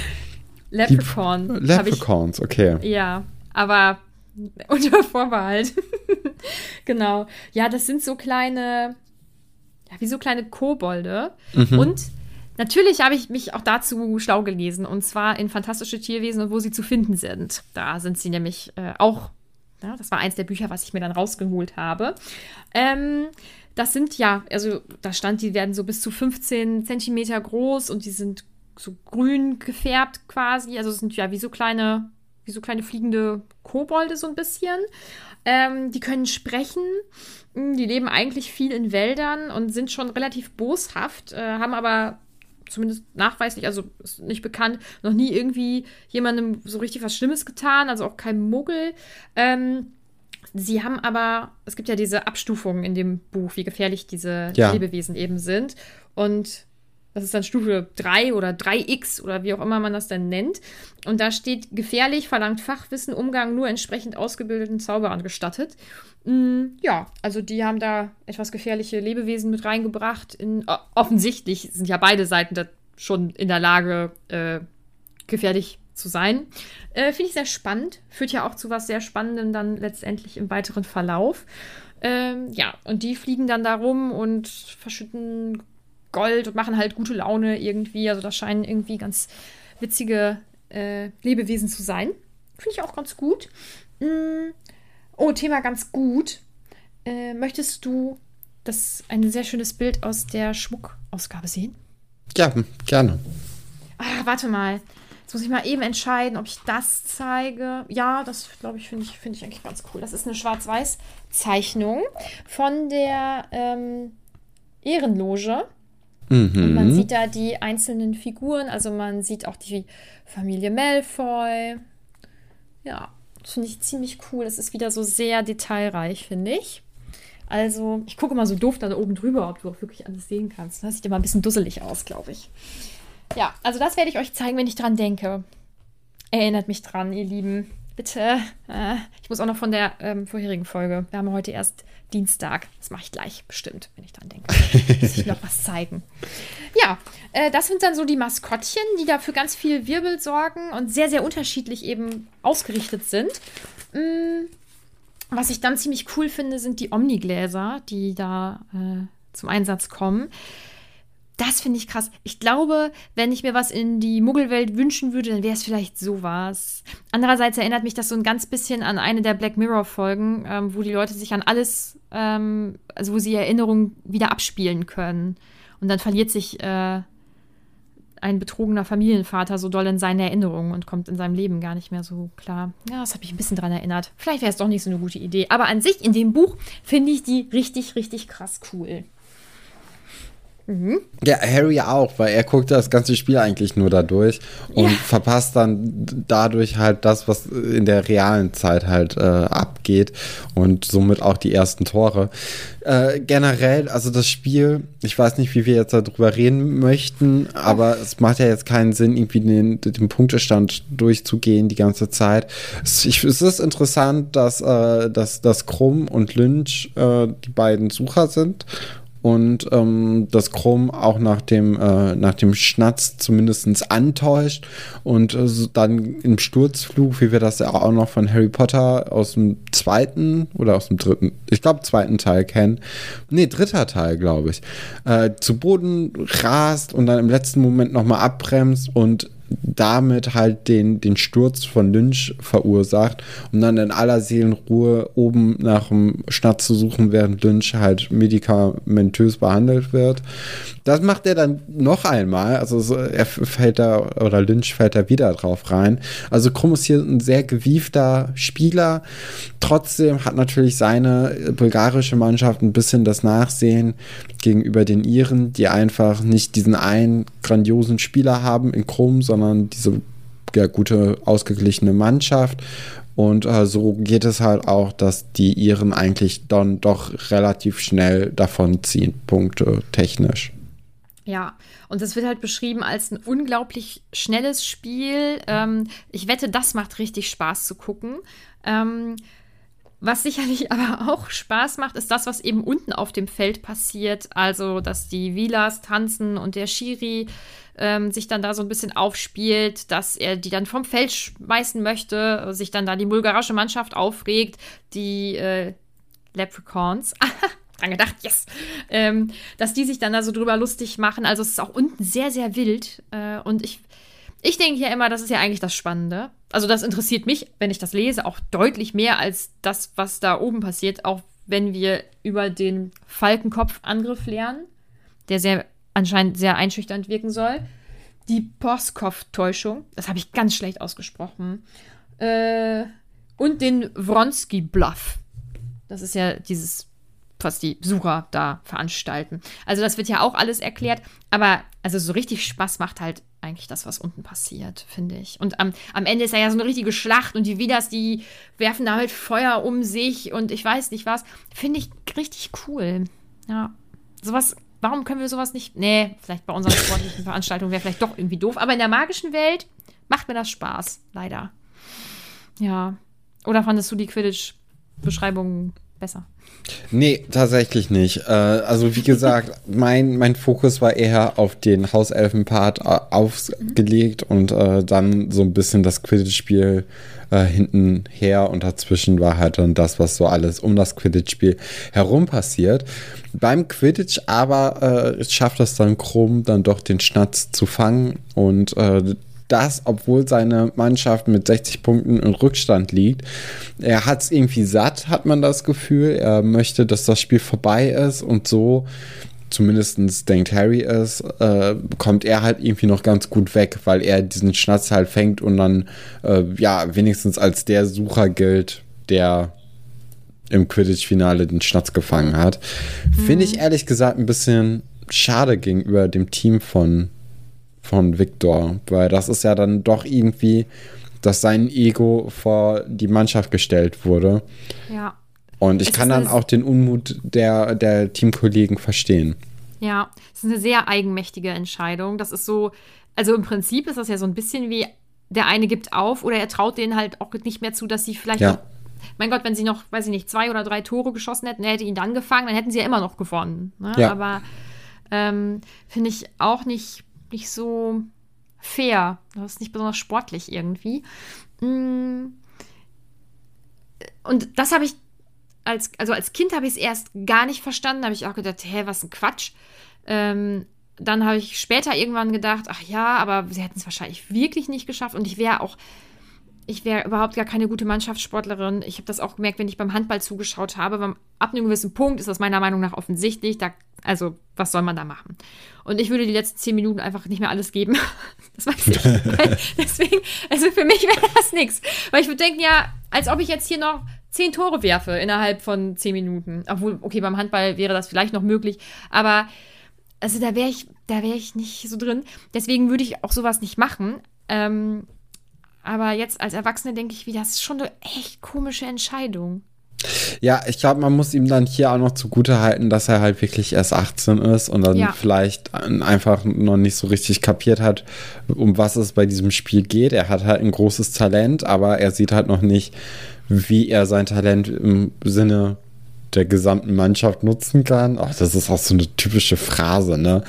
Leprechauns, okay. Ja, aber unter Vorbehalt. Genau. Ja, das sind so kleine, ja, wie so kleine Kobolde. Und natürlich habe ich mich auch dazu schlau gelesen. Und zwar in Fantastische Tierwesen und wo sie zu finden sind. Da sind sie nämlich auch. Ja, das war eins der Bücher, was ich mir dann rausgeholt habe. Das sind ja, also da stand, die werden so bis zu 15 Zentimeter groß und die sind so grün gefärbt quasi. Also es sind ja wie so kleine fliegende Kobolde so ein bisschen. Die können sprechen. Die leben eigentlich viel in Wäldern und sind schon relativ boshaft, haben aber zumindest nachweislich, also ist nicht bekannt, noch nie irgendwie jemandem so richtig was Schlimmes getan, also auch kein Muggel. Sie haben aber, es gibt ja diese Abstufungen in dem Buch, wie gefährlich diese Lebewesen eben sind. Und das ist dann Stufe 3 oder 3x oder wie auch immer man das dann nennt. Und da steht, gefährlich, verlangt Fachwissen, Umgang nur entsprechend ausgebildeten Zauberern gestattet. Ja, also die haben da etwas gefährliche Lebewesen mit reingebracht. Offensichtlich sind ja beide Seiten da schon in der Lage, gefährlich zu sein. Finde ich sehr spannend. Führt ja auch zu was sehr Spannendem dann letztendlich im weiteren Verlauf. Ja, und die fliegen dann da rum und verschütten Gold und machen halt gute Laune irgendwie. Also das scheinen irgendwie ganz witzige Lebewesen zu sein. Finde ich auch ganz gut. Oh, Thema ganz gut. Möchtest du ein sehr schönes Bild aus der Schmuckausgabe sehen? Ja, gerne. Warte mal. Jetzt muss ich mal eben entscheiden, ob ich das zeige. Ja, das, glaube ich, finde ich eigentlich ganz cool. Das ist eine Schwarz-Weiß-Zeichnung von der Ehrenloge. Und man sieht da die einzelnen Figuren. Also man sieht auch die Familie Malfoy. Ja, das finde ich ziemlich cool. Es ist wieder so sehr detailreich, finde ich. Also, ich gucke mal so doof da oben drüber, ob du auch wirklich alles sehen kannst. Das sieht immer ein bisschen dusselig aus, glaube ich. Ja, also das werde ich euch zeigen, wenn ich dran denke. Erinnert mich dran, ihr Lieben. Bitte. Ich muss auch noch von der vorherigen Folge. Wir haben heute erst Dienstag. Das mache ich gleich, bestimmt, wenn ich dran denke. Muss ich noch was zeigen. Ja, das sind dann so die Maskottchen, die da für ganz viel Wirbel sorgen und sehr, sehr unterschiedlich eben ausgerichtet sind. Was ich dann ziemlich cool finde, sind die Omnigläser, die da zum Einsatz kommen. Das finde ich krass. Ich glaube, wenn ich mir was in die Muggelwelt wünschen würde, dann wäre es vielleicht sowas. Andererseits erinnert mich das so ein ganz bisschen an eine der Black Mirror-Folgen, wo die Leute sich an alles, also wo sie Erinnerungen wieder abspielen können. Und dann verliert sich ein betrogener Familienvater so doll in seine Erinnerungen und kommt in seinem Leben gar nicht mehr so klar. Ja, das hat mich ein bisschen dran erinnert. Vielleicht wäre es doch nicht so eine gute Idee. Aber an sich, in dem Buch, finde ich die richtig, richtig krass cool. Ja, Harry auch, weil er guckt das ganze Spiel eigentlich nur dadurch und verpasst dann dadurch halt das, was in der realen Zeit halt abgeht und somit auch die ersten Tore. Generell, also das Spiel, ich weiß nicht, wie wir jetzt darüber reden möchten, aber es macht ja jetzt keinen Sinn, irgendwie den Punktestand durchzugehen die ganze Zeit. Es ist interessant, dass Krumm und Lynch die beiden Sucher sind. Und dass Krumm auch nach dem Schnatz zumindest antäuscht und dann im Sturzflug, wie wir das ja auch noch von Harry Potter aus dem zweiten oder aus dem dritten, ich glaube zweiten Teil kennen, dritter Teil, glaube ich, zu Boden rast und dann im letzten Moment nochmal abbremst und damit halt den Sturz von Lynch verursacht, um dann in aller Seelenruhe oben nach dem Schnatz zu suchen, während Lynch halt medikamentös behandelt wird. Das macht er dann noch einmal, also Lynch fällt da wieder drauf rein. Also Krumm ist hier ein sehr gewiefter Spieler. Trotzdem hat natürlich seine bulgarische Mannschaft ein bisschen das Nachsehen gegenüber den Iren, die einfach nicht diesen einen grandiosen Spieler haben in Krumm, sondern diese gute, ausgeglichene Mannschaft. Und so geht es halt auch, dass die Iren eigentlich dann doch relativ schnell davonziehen, Punkte technisch. Ja, und es wird halt beschrieben als ein unglaublich schnelles Spiel. Ich wette, das macht richtig Spaß zu gucken. Was sicherlich aber auch Spaß macht, ist das, was eben unten auf dem Feld passiert. Also, dass die Vilas tanzen und der Schiri sich dann da so ein bisschen aufspielt, dass er die dann vom Feld schmeißen möchte, sich dann da die bulgarische Mannschaft aufregt, die Leprechauns. Dran gedacht, yes! Dass die sich dann da so drüber lustig machen. Also, es ist auch unten sehr, sehr wild. Und ich denke ja immer, das ist ja eigentlich das Spannende. Also das interessiert mich, wenn ich das lese, auch deutlich mehr als das, was da oben passiert. Auch wenn wir über den Falkenkopf-Angriff lernen, der anscheinend sehr einschüchternd wirken soll. Die Porskov-Täuschung, das habe ich ganz schlecht ausgesprochen. Und den Wronski-Bluff. Das ist ja dieses, was die Besucher da veranstalten. Also das wird ja auch alles erklärt. Aber also so richtig Spaß macht halt eigentlich das, was unten passiert, finde ich. Und am Ende ist ja so eine richtige Schlacht und die Vidas, die werfen da halt Feuer um sich und ich weiß nicht was. Finde ich richtig cool. Ja, sowas, warum können wir sowas nicht? Nee, vielleicht bei unseren sportlichen Veranstaltungen wäre vielleicht doch irgendwie doof. Aber in der magischen Welt macht mir das Spaß, leider. Ja. Oder fandest du die Quidditch-Beschreibungen besser? Nee, tatsächlich nicht. Also wie gesagt, mein Fokus war eher auf den Hauselfen-Part aufgelegt und dann so ein bisschen das Quidditch-Spiel hinten her und dazwischen war halt dann das, was so alles um das Quidditch-Spiel herum passiert. Beim Quidditch aber schafft es dann Krumm dann doch den Schnatz zu fangen und das, obwohl seine Mannschaft mit 60 Punkten im Rückstand liegt. Er hat es irgendwie satt, hat man das Gefühl. Er möchte, dass das Spiel vorbei ist und so, zumindest denkt Harry es, kommt er halt irgendwie noch ganz gut weg, weil er diesen Schnatz halt fängt und dann wenigstens als der Sucher gilt, der im Quidditch-Finale den Schnatz gefangen hat. Finde ich ehrlich gesagt ein bisschen schade gegenüber dem Team von Victor, weil das ist ja dann doch irgendwie, dass sein Ego vor die Mannschaft gestellt wurde. Ja. Und ich kann dann auch den Unmut der Teamkollegen verstehen. Ja, es ist eine sehr eigenmächtige Entscheidung. Das ist so, also im Prinzip ist das ja so ein bisschen wie, der eine gibt auf oder er traut denen halt auch nicht mehr zu, dass sie vielleicht noch, mein Gott, wenn sie noch, weiß ich nicht, 2 oder 3 Tore geschossen hätten, er hätte ihn dann gefangen, dann hätten sie ja immer noch gewonnen. Ne? Ja. Aber finde ich auch nicht so fair. Das ist nicht besonders sportlich irgendwie. Und das habe ich als Kind habe ich es erst gar nicht verstanden. Da habe ich auch gedacht, was ein Quatsch. Dann habe ich später irgendwann gedacht, ach ja, aber sie hätten es wahrscheinlich wirklich nicht geschafft. Und ich wäre überhaupt gar keine gute Mannschaftssportlerin. Ich habe das auch gemerkt, wenn ich beim Handball zugeschaut habe. Ab einem gewissen Punkt ist das meiner Meinung nach offensichtlich. Also, was soll man da machen? Und ich würde die letzten 10 Minuten einfach nicht mehr alles geben. Das weiß ich. Deswegen, also für mich wäre das nichts. Weil ich würde denken, ja, als ob ich jetzt hier noch 10 Tore werfe innerhalb von 10 Minuten. Obwohl, okay, beim Handball wäre das vielleicht noch möglich. Aber, also da wäre ich nicht so drin. Deswegen würde ich auch sowas nicht machen. Aber jetzt als Erwachsene denke ich, das ist schon eine echt komische Entscheidung. Ja, ich glaube, man muss ihm dann hier auch noch zugute halten, dass er halt wirklich erst 18 ist und dann vielleicht einfach noch nicht so richtig kapiert hat, um was es bei diesem Spiel geht. Er hat halt ein großes Talent, aber er sieht halt noch nicht, wie er sein Talent im Sinne der gesamten Mannschaft nutzen kann. Ach, das ist auch so eine typische Phrase, ne?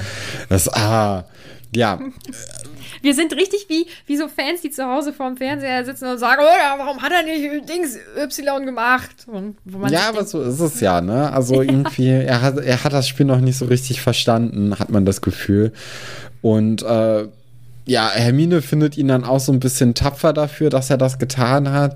Wir sind richtig wie so Fans, die zu Hause vorm Fernseher sitzen und sagen, oh, warum hat er nicht Dings Y gemacht? Und aber so ist es ja, ne? Also irgendwie, er hat das Spiel noch nicht so richtig verstanden, hat man das Gefühl. Und Hermine findet ihn dann auch so ein bisschen tapfer dafür, dass er das getan hat.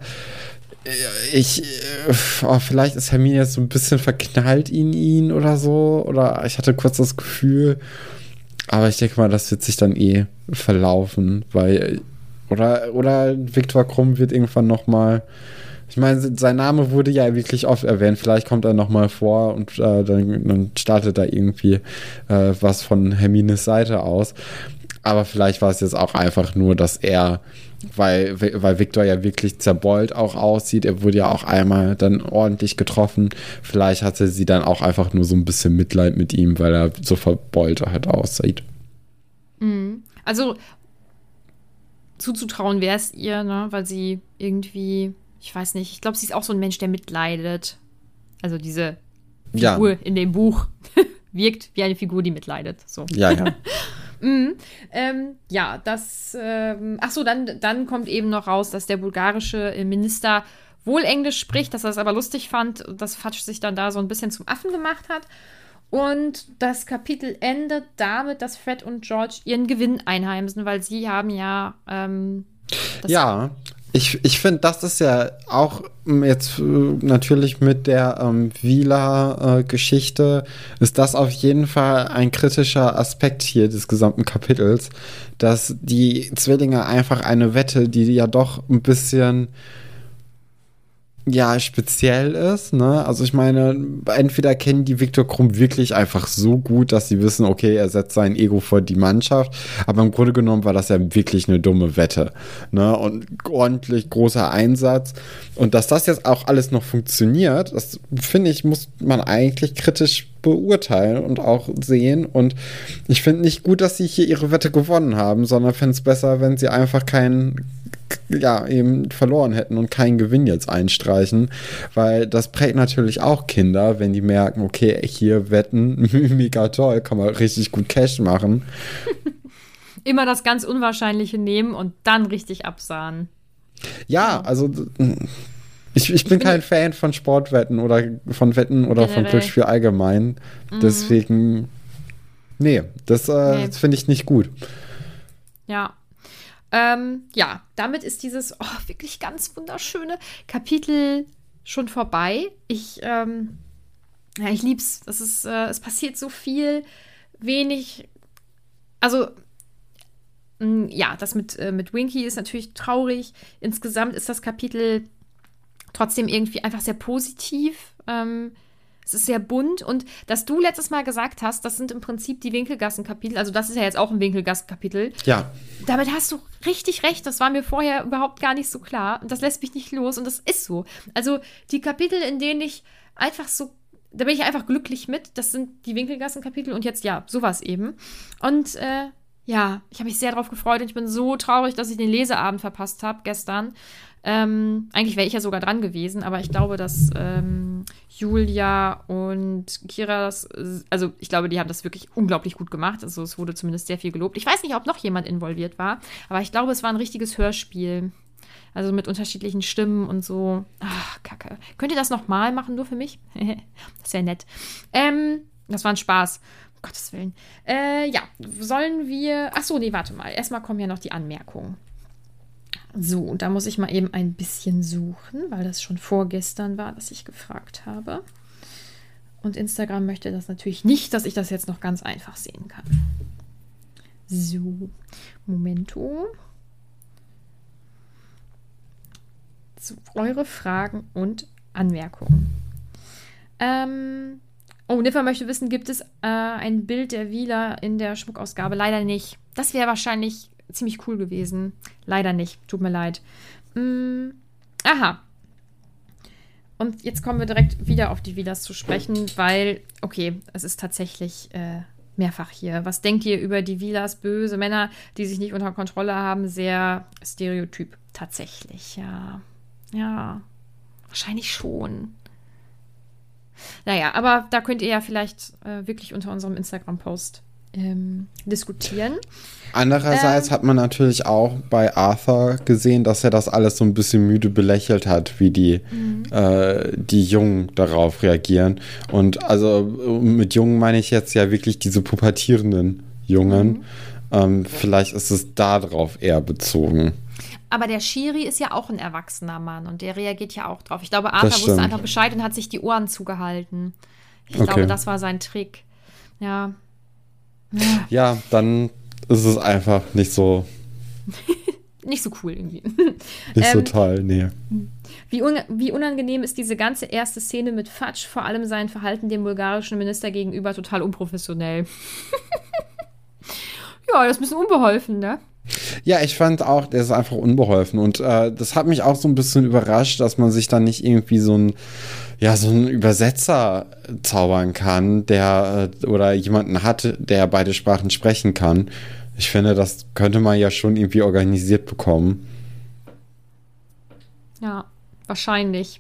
Vielleicht ist Hermine jetzt so ein bisschen verknallt in ihn oder so. Oder ich hatte kurz das Gefühl. Aber ich denke mal, das wird sich dann verlaufen, weil oder Viktor Krumm wird irgendwann noch mal, ich meine, sein Name wurde ja wirklich oft erwähnt, vielleicht kommt er noch mal vor und dann startet da irgendwie was von Hermines Seite aus. Aber vielleicht war es jetzt auch einfach nur, dass er, weil Viktor ja wirklich zerbeult auch aussieht, er wurde ja auch einmal dann ordentlich getroffen, vielleicht hatte sie dann auch einfach nur so ein bisschen Mitleid mit ihm, weil er so verbeult halt aussieht. Also zuzutrauen wäre es ihr, ne, weil sie irgendwie, ich weiß nicht, ich glaube, sie ist auch so ein Mensch, der mitleidet. Also diese Figur in dem Buch wirkt wie eine Figur, die mitleidet. So. Ja. Dann kommt eben noch raus, dass der bulgarische Minister wohl Englisch spricht, dass er es aber lustig fand, dass Fudge sich dann da so ein bisschen zum Affen gemacht hat. Und das Kapitel endet damit, dass Fred und George ihren Gewinn einheimsen, weil sie haben Ich finde, das ist ja auch jetzt natürlich mit der Wheeler-Geschichte ist das auf jeden Fall ein kritischer Aspekt hier des gesamten Kapitels, dass die Zwillinge einfach eine Wette, die ja doch ein bisschen speziell ist, ne? Also ich meine, entweder kennen die Viktor Krumm wirklich einfach so gut, dass sie wissen, okay, er setzt sein Ego vor die Mannschaft, aber im Grunde genommen war das ja wirklich eine dumme Wette, ne? Und ordentlich großer Einsatz. Und dass das jetzt auch alles noch funktioniert, das finde ich, muss man eigentlich kritisch beurteilen und auch sehen. Und ich finde nicht gut, dass sie hier ihre Wette gewonnen haben, sondern fände es besser, wenn sie einfach eben verloren hätten und keinen Gewinn jetzt einstreichen, weil das prägt natürlich auch Kinder, wenn die merken, okay, hier wetten, mega toll, kann man richtig gut Cash machen. Immer das ganz Unwahrscheinliche nehmen und dann richtig absahen. Ja, also ich bin kein Fan von Sportwetten oder von Wetten oder von Glücksspiel allgemein. Deswegen, das finde ich nicht gut. Ja. Ja, damit ist dieses wirklich ganz wunderschöne Kapitel schon vorbei. Ich lieb's. Das ist, es passiert so viel, wenig. Also, ja, das mit Winky ist natürlich traurig. Insgesamt ist das Kapitel trotzdem irgendwie einfach sehr positiv. Es ist sehr bunt und dass du letztes Mal gesagt hast, das sind im Prinzip die Winkelgassen-Kapitel, also das ist ja jetzt auch ein Winkelgassen-Kapitel. Ja. Damit hast du richtig recht, das war mir vorher überhaupt gar nicht so klar und das lässt mich nicht los und das ist so. Also die Kapitel, in denen ich einfach so, da bin ich einfach glücklich mit, das sind die Winkelgassen-Kapitel und jetzt ja, sowas eben. Und ja, ich habe mich sehr drauf gefreut und ich bin so traurig, dass ich den Leseabend verpasst habe gestern. Eigentlich wäre ich ja sogar dran gewesen, aber ich glaube, dass Julia und Kira also ich glaube, die haben das wirklich unglaublich gut gemacht. Also es wurde zumindest sehr viel gelobt. Ich weiß nicht, ob noch jemand involviert war, aber ich glaube, es war ein richtiges Hörspiel. Also mit unterschiedlichen Stimmen und so. Ach, Kacke. Könnt ihr das nochmal machen, nur für mich? Das wäre nett. Das war ein Spaß. Um Gottes Willen. Ja, sollen wir... Ach so, nee, warte mal. Erstmal kommen ja noch die Anmerkungen. So, da muss ich mal eben ein bisschen suchen, weil das schon vorgestern war, dass ich gefragt habe. Und Instagram möchte das natürlich nicht, dass ich das jetzt noch ganz einfach sehen kann. So, Momento. So, eure Fragen und Anmerkungen. Niffer möchte wissen, gibt es ein Bild der Wieler in der Schmuckausgabe? Leider nicht. Das wäre wahrscheinlich ziemlich cool gewesen. Leider nicht. Tut mir leid. Aha. Und jetzt kommen wir direkt wieder auf die Wielers zu sprechen, weil, okay, es ist tatsächlich mehrfach hier. Was denkt ihr über die Wielers? Böse Männer, die sich nicht unter Kontrolle haben? Sehr Stereotyp. Tatsächlich, ja. Ja. Wahrscheinlich schon. Naja, aber da könnt ihr ja vielleicht wirklich unter unserem Instagram-Post diskutieren. Andererseits hat man natürlich auch bei Arthur gesehen, dass er das alles so ein bisschen müde belächelt hat, wie die Jungen darauf reagieren. Und also mit Jungen meine ich jetzt ja wirklich diese pubertierenden Jungen. Vielleicht ist es darauf eher bezogen. Aber der Schiri ist ja auch ein erwachsener Mann und der reagiert ja auch drauf. Ich glaube, Arthur wusste einfach Bescheid und hat sich die Ohren zugehalten. Ich glaube, das war sein Trick. Ja. Ja, dann ist es einfach nicht so... nicht so cool irgendwie. Nicht so toll, nee. Wie unangenehm ist diese ganze erste Szene mit Fatsch, vor allem sein Verhalten dem bulgarischen Minister gegenüber total unprofessionell. Ja, das ist ein bisschen unbeholfen, ne? Ja, ich fand auch, der ist einfach unbeholfen und das hat mich auch so ein bisschen überrascht, dass man sich dann nicht irgendwie so einen Übersetzer zaubern kann, der oder jemanden hat, der beide Sprachen sprechen kann. Ich finde, das könnte man ja schon irgendwie organisiert bekommen. Ja, wahrscheinlich.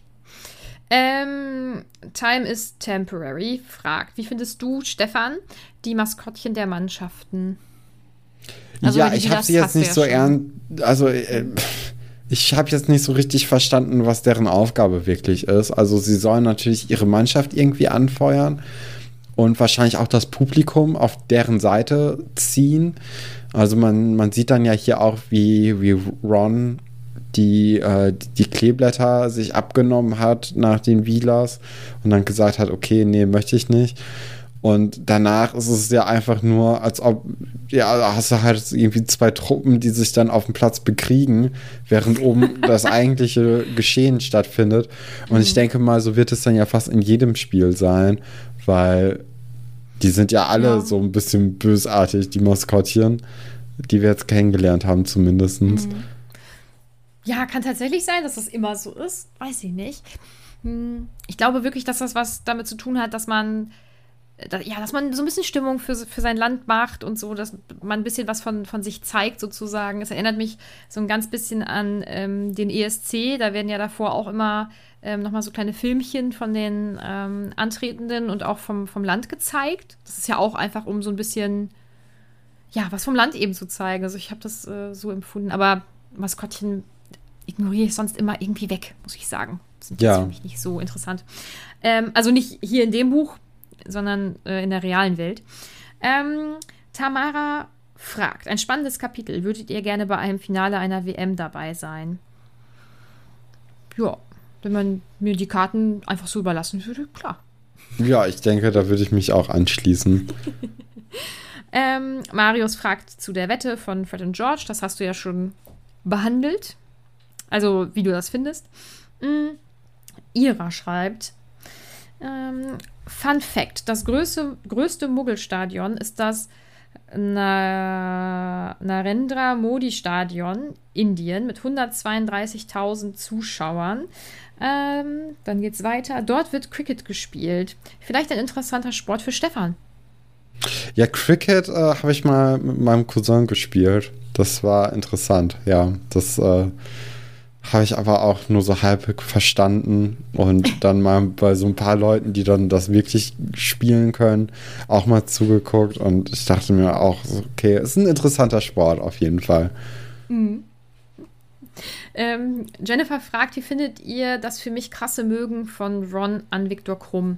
Time is Temporary fragt, wie findest du, Stefan, die Maskottchen der Mannschaften? Also, ja, ich habe sie jetzt nicht so ernst, also ich habe jetzt nicht so richtig verstanden, was deren Aufgabe wirklich ist. Also sie sollen natürlich ihre Mannschaft irgendwie anfeuern und wahrscheinlich auch das Publikum auf deren Seite ziehen. Also man sieht dann ja hier auch, wie Ron die Kleeblätter sich abgenommen hat nach den Wielers und dann gesagt hat, okay, nee, möchte ich nicht. Und danach ist es ja einfach nur, als ob, ja, hast du halt irgendwie zwei Truppen, die sich dann auf dem Platz bekriegen, während oben das eigentliche Geschehen stattfindet. Und ich denke mal, so wird es dann ja fast in jedem Spiel sein, weil die sind ja alle so ein bisschen bösartig, die Maskottchen, die wir jetzt kennengelernt haben zumindest. Ja, kann tatsächlich sein, dass das immer so ist. Weiß ich nicht. Ich glaube wirklich, dass das was damit zu tun hat, dass man so ein bisschen Stimmung für sein Land macht und so, dass man ein bisschen was von sich zeigt sozusagen. Es erinnert mich so ein ganz bisschen an den ESC. Da werden ja davor auch immer nochmal so kleine Filmchen von den Antretenden und auch vom Land gezeigt. Das ist ja auch einfach, um so ein bisschen, ja, was vom Land eben zu zeigen. Also ich habe das so empfunden. Aber Maskottchen ignoriere ich sonst immer irgendwie weg, muss ich sagen. Das ist für mich nicht so interessant. Also nicht hier in dem Buch, sondern in der realen Welt. Tamara fragt, ein spannendes Kapitel. Würdet ihr gerne bei einem Finale einer WM dabei sein? Ja, wenn man mir die Karten einfach so überlassen würde, klar. Ja, ich denke, da würde ich mich auch anschließen. Marius fragt zu der Wette von Fred und George. Das hast du ja schon behandelt. Also, wie du das findest. Ira schreibt, Fun Fact, das größte Muggelstadion ist das Narendra Modi Stadion, Indien, mit 132.000 Zuschauern. Dann geht's weiter. Dort wird Cricket gespielt. Vielleicht ein interessanter Sport für Stefan. Ja, Cricket habe ich mal mit meinem Cousin gespielt. Das war interessant, ja. Das habe ich aber auch nur so halb verstanden und dann mal bei so ein paar Leuten, die dann das wirklich spielen können, auch mal zugeguckt und ich dachte mir auch, okay, ist ein interessanter Sport auf jeden Fall. Mhm. Jennifer fragt, wie findet ihr das für mich krasse Mögen von Ron an Viktor Krumm?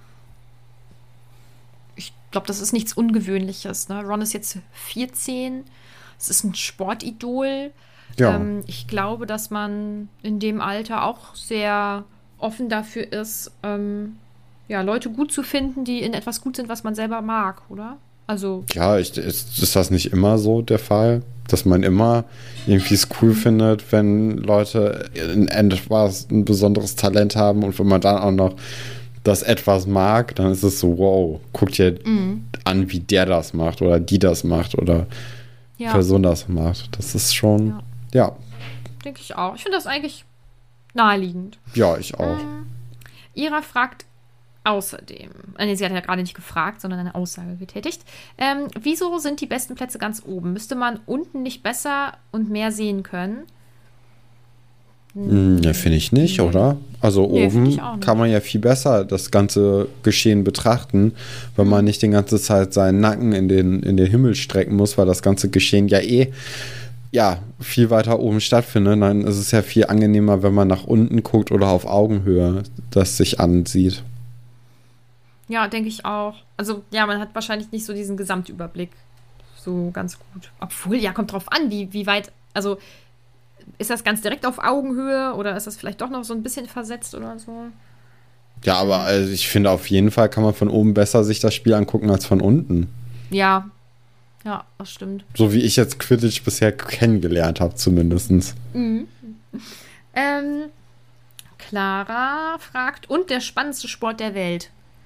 Ich glaube, das ist nichts Ungewöhnliches. Ne? Ron ist jetzt 14, es ist ein Sportidol. Ja. Ich glaube, dass man in dem Alter auch sehr offen dafür ist, Leute gut zu finden, die in etwas gut sind, was man selber mag, oder? Also. Ja, ist das nicht immer so der Fall? Dass man immer irgendwie es cool findet, wenn Leute in etwas ein besonderes Talent haben und wenn man dann auch noch das etwas mag, dann ist es so, wow, guck dir an, wie der das macht oder die das macht oder die Person das macht. Das ist schon, ja. Denke ich auch. Ich finde das eigentlich naheliegend. Ja, ich auch. Ira fragt außerdem, sie hat ja gerade nicht gefragt, sondern eine Aussage getätigt. Wieso sind die besten Plätze ganz oben? Müsste man unten nicht besser und mehr sehen können? Ja, finde ich nicht, oder? Also oben kann man ja viel besser das ganze Geschehen betrachten, wenn man nicht die ganze Zeit seinen Nacken in den Himmel strecken muss, weil das ganze Geschehen ja viel weiter oben stattfindet. Dann ist es ja viel angenehmer, wenn man nach unten guckt oder auf Augenhöhe das sich ansieht. Ja, denke ich auch. Also, ja, man hat wahrscheinlich nicht so diesen Gesamtüberblick so ganz gut. Obwohl, ja, kommt drauf an, wie weit, also ist das ganz direkt auf Augenhöhe oder ist das vielleicht doch noch so ein bisschen versetzt oder so? Ja, aber also ich finde, auf jeden Fall kann man von oben besser sich das Spiel angucken als von unten. Ja, das stimmt. So wie ich jetzt Quidditch bisher kennengelernt habe, zumindest. Mhm. Clara fragt, und der spannendste Sport der Welt?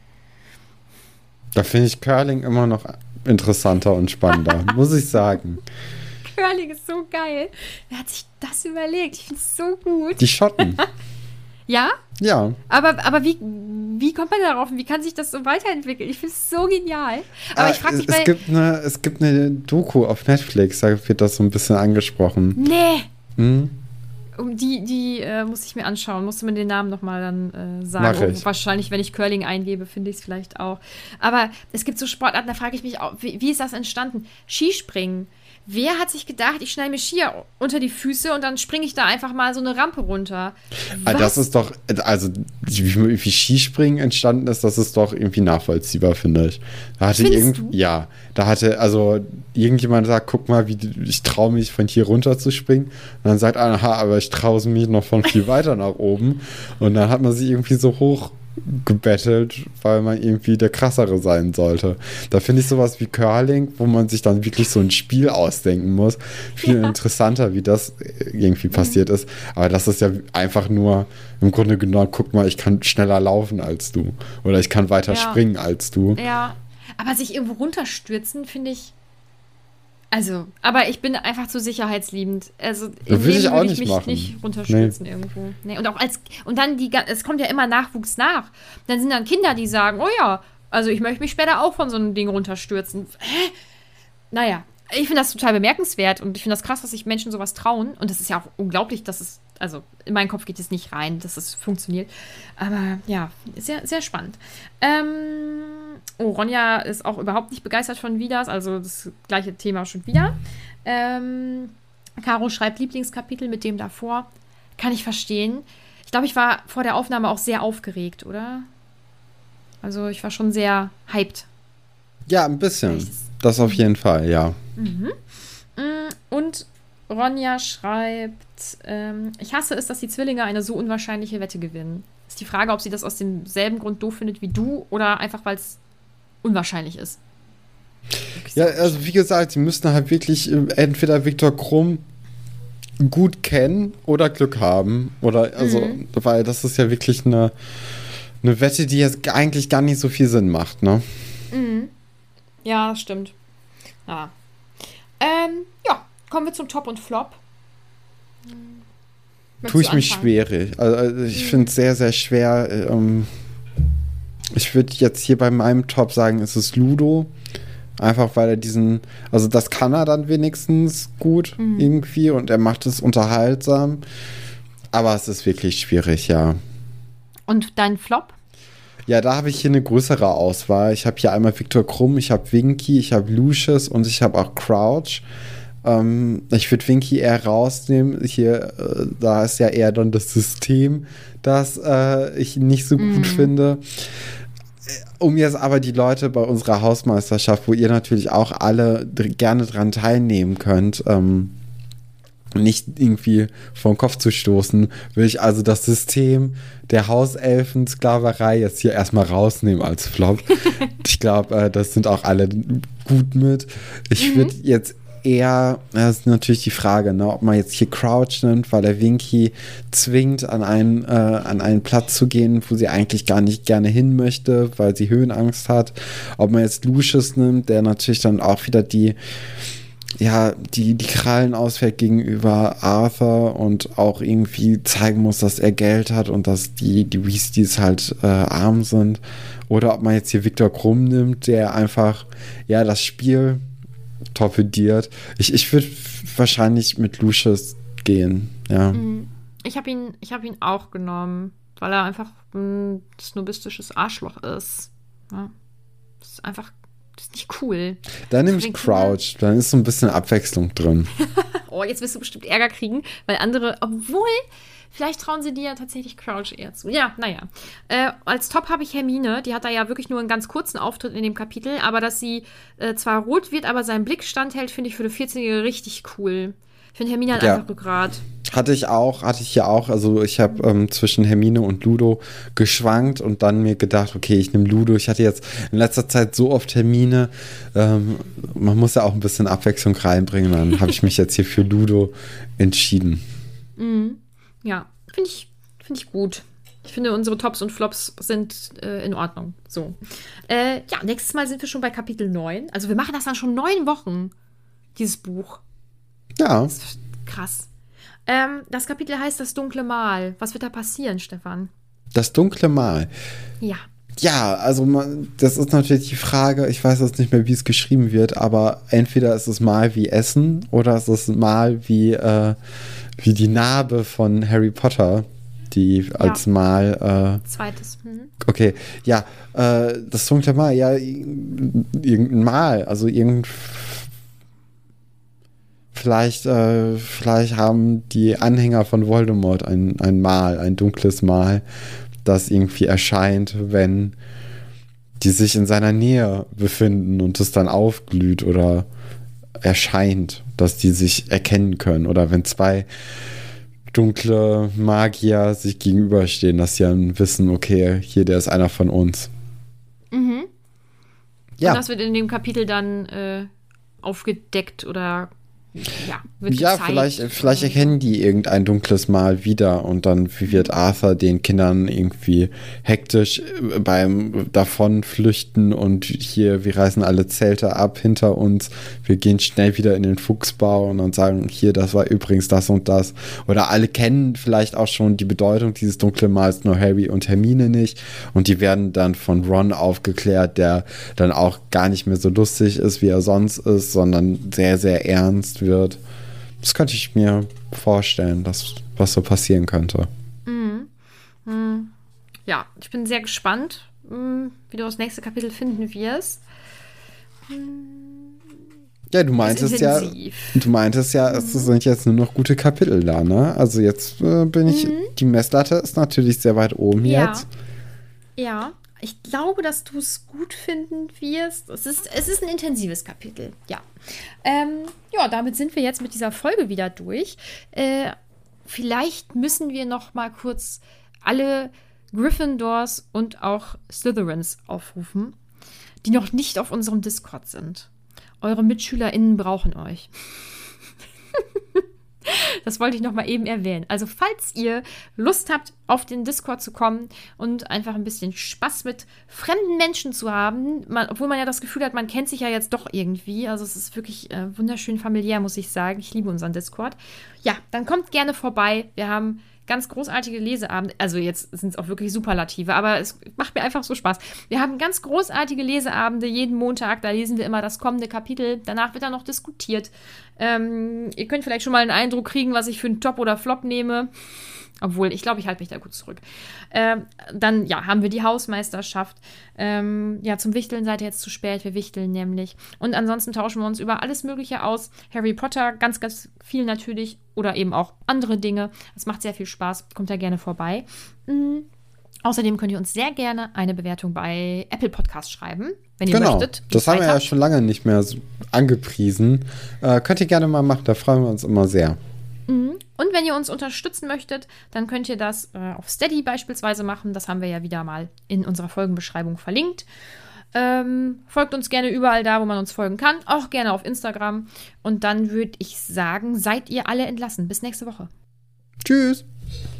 Da finde ich Curling immer noch interessanter und spannender, muss ich sagen. Curling ist so geil. Wer hat sich das überlegt? Ich finde es so gut. Die Schotten. Ja? Ja. Aber wie kommt man darauf? Wie kann sich das so weiterentwickeln? Ich finde es so genial. Aber ich frage mich es gibt eine Doku auf Netflix, da wird das so ein bisschen angesprochen. Nee. Hm? Die muss ich mir anschauen. Musst du mir den Namen nochmal dann sagen. Wahrscheinlich, wenn ich Curling eingebe, finde ich es vielleicht auch. Aber es gibt so Sportarten, da frage ich mich auch, wie ist das entstanden? Skispringen. Wer hat sich gedacht, ich schneide mir Skier unter die Füße und dann springe ich da einfach mal so eine Rampe runter? Was? Das ist doch, also wie Skispringen entstanden ist, das ist doch irgendwie nachvollziehbar, finde ich. Da hatte irgendjemand gesagt, guck mal, ich traue mich von hier runter zu springen. Und dann sagt einer, aber ich traue mich noch von viel weiter nach oben. Und dann hat man sich irgendwie so hoch gebettelt, weil man irgendwie der Krassere sein sollte. Da finde ich sowas wie Curling, wo man sich dann wirklich so ein Spiel ausdenken muss, viel interessanter, wie das irgendwie passiert ist. Aber das ist ja einfach nur, im Grunde genommen, guck mal, ich kann schneller laufen als du. Oder ich kann weiter springen als du. Ja, aber sich irgendwo runterstürzen, finde ich. Also, aber ich bin einfach zu sicherheitsliebend. Also, würde ich auch nicht mich machen. Nicht runterstürzen irgendwo. Nee, und dann es kommt ja immer Nachwuchs nach. Dann sind dann Kinder, die sagen, oh ja, also ich möchte mich später auch von so einem Ding runterstürzen. Hä? Naja, ich finde das total bemerkenswert und ich finde das krass, dass sich Menschen sowas trauen. Und das ist ja auch unglaublich, dass es, also in meinen Kopf geht es nicht rein, dass es funktioniert. Aber ja, sehr, sehr spannend. Ronja ist auch überhaupt nicht begeistert von Vidas, also das gleiche Thema schon wieder. Caro schreibt Lieblingskapitel mit dem davor. Kann ich verstehen. Ich glaube, ich war vor der Aufnahme auch sehr aufgeregt, oder? Also ich war schon sehr hyped. Ja, ein bisschen. Das auf jeden Fall, ja. Und Ronja schreibt, ich hasse es, dass die Zwillinge eine so unwahrscheinliche Wette gewinnen. Ist die Frage, ob sie das aus demselben Grund doof findet wie du oder einfach, weil es unwahrscheinlich ist. Ja, also wie gesagt, sie müssten halt wirklich entweder Viktor Krumm gut kennen oder Glück haben. Oder, also, weil das ist ja wirklich eine Wette, die jetzt eigentlich gar nicht so viel Sinn macht, ne? Ja, das stimmt. Ja. Kommen wir zum Top und Flop. Tue ich mich schwierig. Also ich finde es sehr, sehr schwer. Ich würde jetzt hier bei meinem Top sagen, es ist Ludo. Einfach weil er also das kann er dann wenigstens gut irgendwie und er macht es unterhaltsam. Aber es ist wirklich schwierig, ja. Und dein Flop? Ja, da habe ich hier eine größere Auswahl. Ich habe hier einmal Viktor Krumm, ich habe Winky, ich habe Lucius und ich habe auch Crouch. Ich würde Winky eher rausnehmen. Hier, da ist ja eher dann das System, das ich nicht so gut finde. Um jetzt aber die Leute bei unserer Hausmeisterschaft, wo ihr natürlich auch alle gerne dran teilnehmen könnt, nicht irgendwie vom Kopf zu stoßen, will ich also das System der Hauselfen-Sklaverei jetzt hier erstmal rausnehmen als Flop. Ich glaube, das sind auch alle gut mit. Ich würde jetzt eher, das ist natürlich die Frage, ne, ob man jetzt hier Crouch nimmt, weil der Winky zwingt, an einen Platz zu gehen, wo sie eigentlich gar nicht gerne hin möchte, weil sie Höhenangst hat. Ob man jetzt Lucius nimmt, der natürlich dann auch wieder die Krallen ausfährt gegenüber Arthur und auch irgendwie zeigen muss, dass er Geld hat und dass die Weasleys halt arm sind. Oder ob man jetzt hier Viktor Krumm nimmt, der einfach, das Spiel torpediert. Ich würde wahrscheinlich mit Lucius gehen, ja. Ich hab ihn auch genommen, weil er einfach ein snobistisches Arschloch ist. Ja. Das ist einfach, das ist nicht cool. Dann nehme ich Crouch, dann ist so ein bisschen Abwechslung drin. Oh, jetzt wirst du bestimmt Ärger kriegen, weil andere, obwohl, vielleicht trauen sie dir ja tatsächlich Crouch eher zu. Ja, naja. Als Top habe ich Hermine. Die hat da ja wirklich nur einen ganz kurzen Auftritt in dem Kapitel. Aber dass sie zwar rot wird, aber seinen Blick standhält, finde ich für eine 14-Jährige richtig cool. Ich finde, Hermine hat einfach Rückgrat. Hatte ich hier auch. Also ich habe zwischen Hermine und Ludo geschwankt und dann mir gedacht, okay, ich nehme Ludo. Ich hatte jetzt in letzter Zeit so oft Hermine. Man muss ja auch ein bisschen Abwechslung reinbringen. Dann habe ich mich jetzt hier für Ludo entschieden. Ja, finde ich gut. Ich finde, unsere Tops und Flops sind in Ordnung. So. Nächstes Mal sind wir schon bei Kapitel 9. Also wir machen das dann schon 9 Wochen, dieses Buch. Ja. Das ist krass. Das Kapitel heißt Das dunkle Mal. Was wird da passieren, Stefan? Das dunkle Mal. Ja. Ja, also das ist natürlich die Frage, ich weiß jetzt nicht mehr, wie es geschrieben wird, aber entweder ist es Mal wie Essen oder ist es Mal wie die Narbe von Harry Potter, die als Mal zweites. Okay, ja, das dunkle Mal, ja, irgendein Mal, also vielleicht haben die Anhänger von Voldemort ein Mal, ein dunkles Mal, das irgendwie erscheint, wenn die sich in seiner Nähe befinden und es dann aufglüht oder erscheint, dass die sich erkennen können. Oder wenn zwei dunkle Magier sich gegenüberstehen, dass sie dann wissen, okay, hier, der ist einer von uns. Ja. Und das wird in dem Kapitel dann aufgedeckt oder wird gezeigt. Vielleicht erkennen die irgendein dunkles Mal wieder und dann wird Arthur den Kindern irgendwie hektisch beim Davonflüchten und hier, wir reißen alle Zelte ab hinter uns, wir gehen schnell wieder in den Fuchsbau und dann sagen, hier, das war übrigens das und das. Oder alle kennen vielleicht auch schon die Bedeutung dieses dunklen Mals, nur Harry und Hermine nicht und die werden dann von Ron aufgeklärt, der dann auch gar nicht mehr so lustig ist, wie er sonst ist, sondern sehr, sehr ernst wird. Das könnte ich mir vorstellen, was so passieren könnte. Ja, ich bin sehr gespannt, wie du das nächste Kapitel finden wirst. Ja, du meintest ja, es sind jetzt nur noch gute Kapitel da, ne? Also jetzt die Messlatte ist natürlich sehr weit oben jetzt. Ja, Ich glaube, dass du es gut finden wirst. Es ist ein intensives Kapitel, ja. Ja, damit sind wir jetzt mit dieser Folge wieder durch. Vielleicht müssen wir noch mal kurz alle Gryffindors und auch Slytherins aufrufen, die noch nicht auf unserem Discord sind. Eure MitschülerInnen brauchen euch. Das wollte ich noch mal eben erwähnen. Also falls ihr Lust habt, auf den Discord zu kommen und einfach ein bisschen Spaß mit fremden Menschen zu haben, obwohl man ja das Gefühl hat, man kennt sich ja jetzt doch irgendwie. Also es ist wirklich wunderschön familiär, muss ich sagen. Ich liebe unseren Discord. Ja, dann kommt gerne vorbei. Wir haben ganz großartige Leseabende. Also jetzt sind es auch wirklich Superlative, aber es macht mir einfach so Spaß. Wir haben ganz großartige Leseabende jeden Montag. Da lesen wir immer das kommende Kapitel. Danach wird dann noch diskutiert. Ihr könnt vielleicht schon mal einen Eindruck kriegen, was ich für einen Top oder Flop nehme. Obwohl, ich glaube, ich halte mich da gut zurück. Dann, ja, haben wir die Hausmeisterschaft. Ja, zum Wichteln seid ihr jetzt zu spät. Wir wichteln nämlich. Und ansonsten tauschen wir uns über alles Mögliche aus. Harry Potter, ganz, ganz viel natürlich. Oder eben auch andere Dinge. Das macht sehr viel Spaß. Kommt da gerne vorbei. Außerdem könnt ihr uns sehr gerne eine Bewertung bei Apple Podcast schreiben, wenn ihr möchtet. Das haben wir ja schon lange nicht mehr so angepriesen. Könnt ihr gerne mal machen. Da freuen wir uns immer sehr. Und wenn ihr uns unterstützen möchtet, dann könnt ihr das auf Steady beispielsweise machen. Das haben wir ja wieder mal in unserer Folgenbeschreibung verlinkt. Folgt uns gerne überall da, wo man uns folgen kann. Auch gerne auf Instagram. Und dann würde ich sagen, seid ihr alle entlassen. Bis nächste Woche. Tschüss.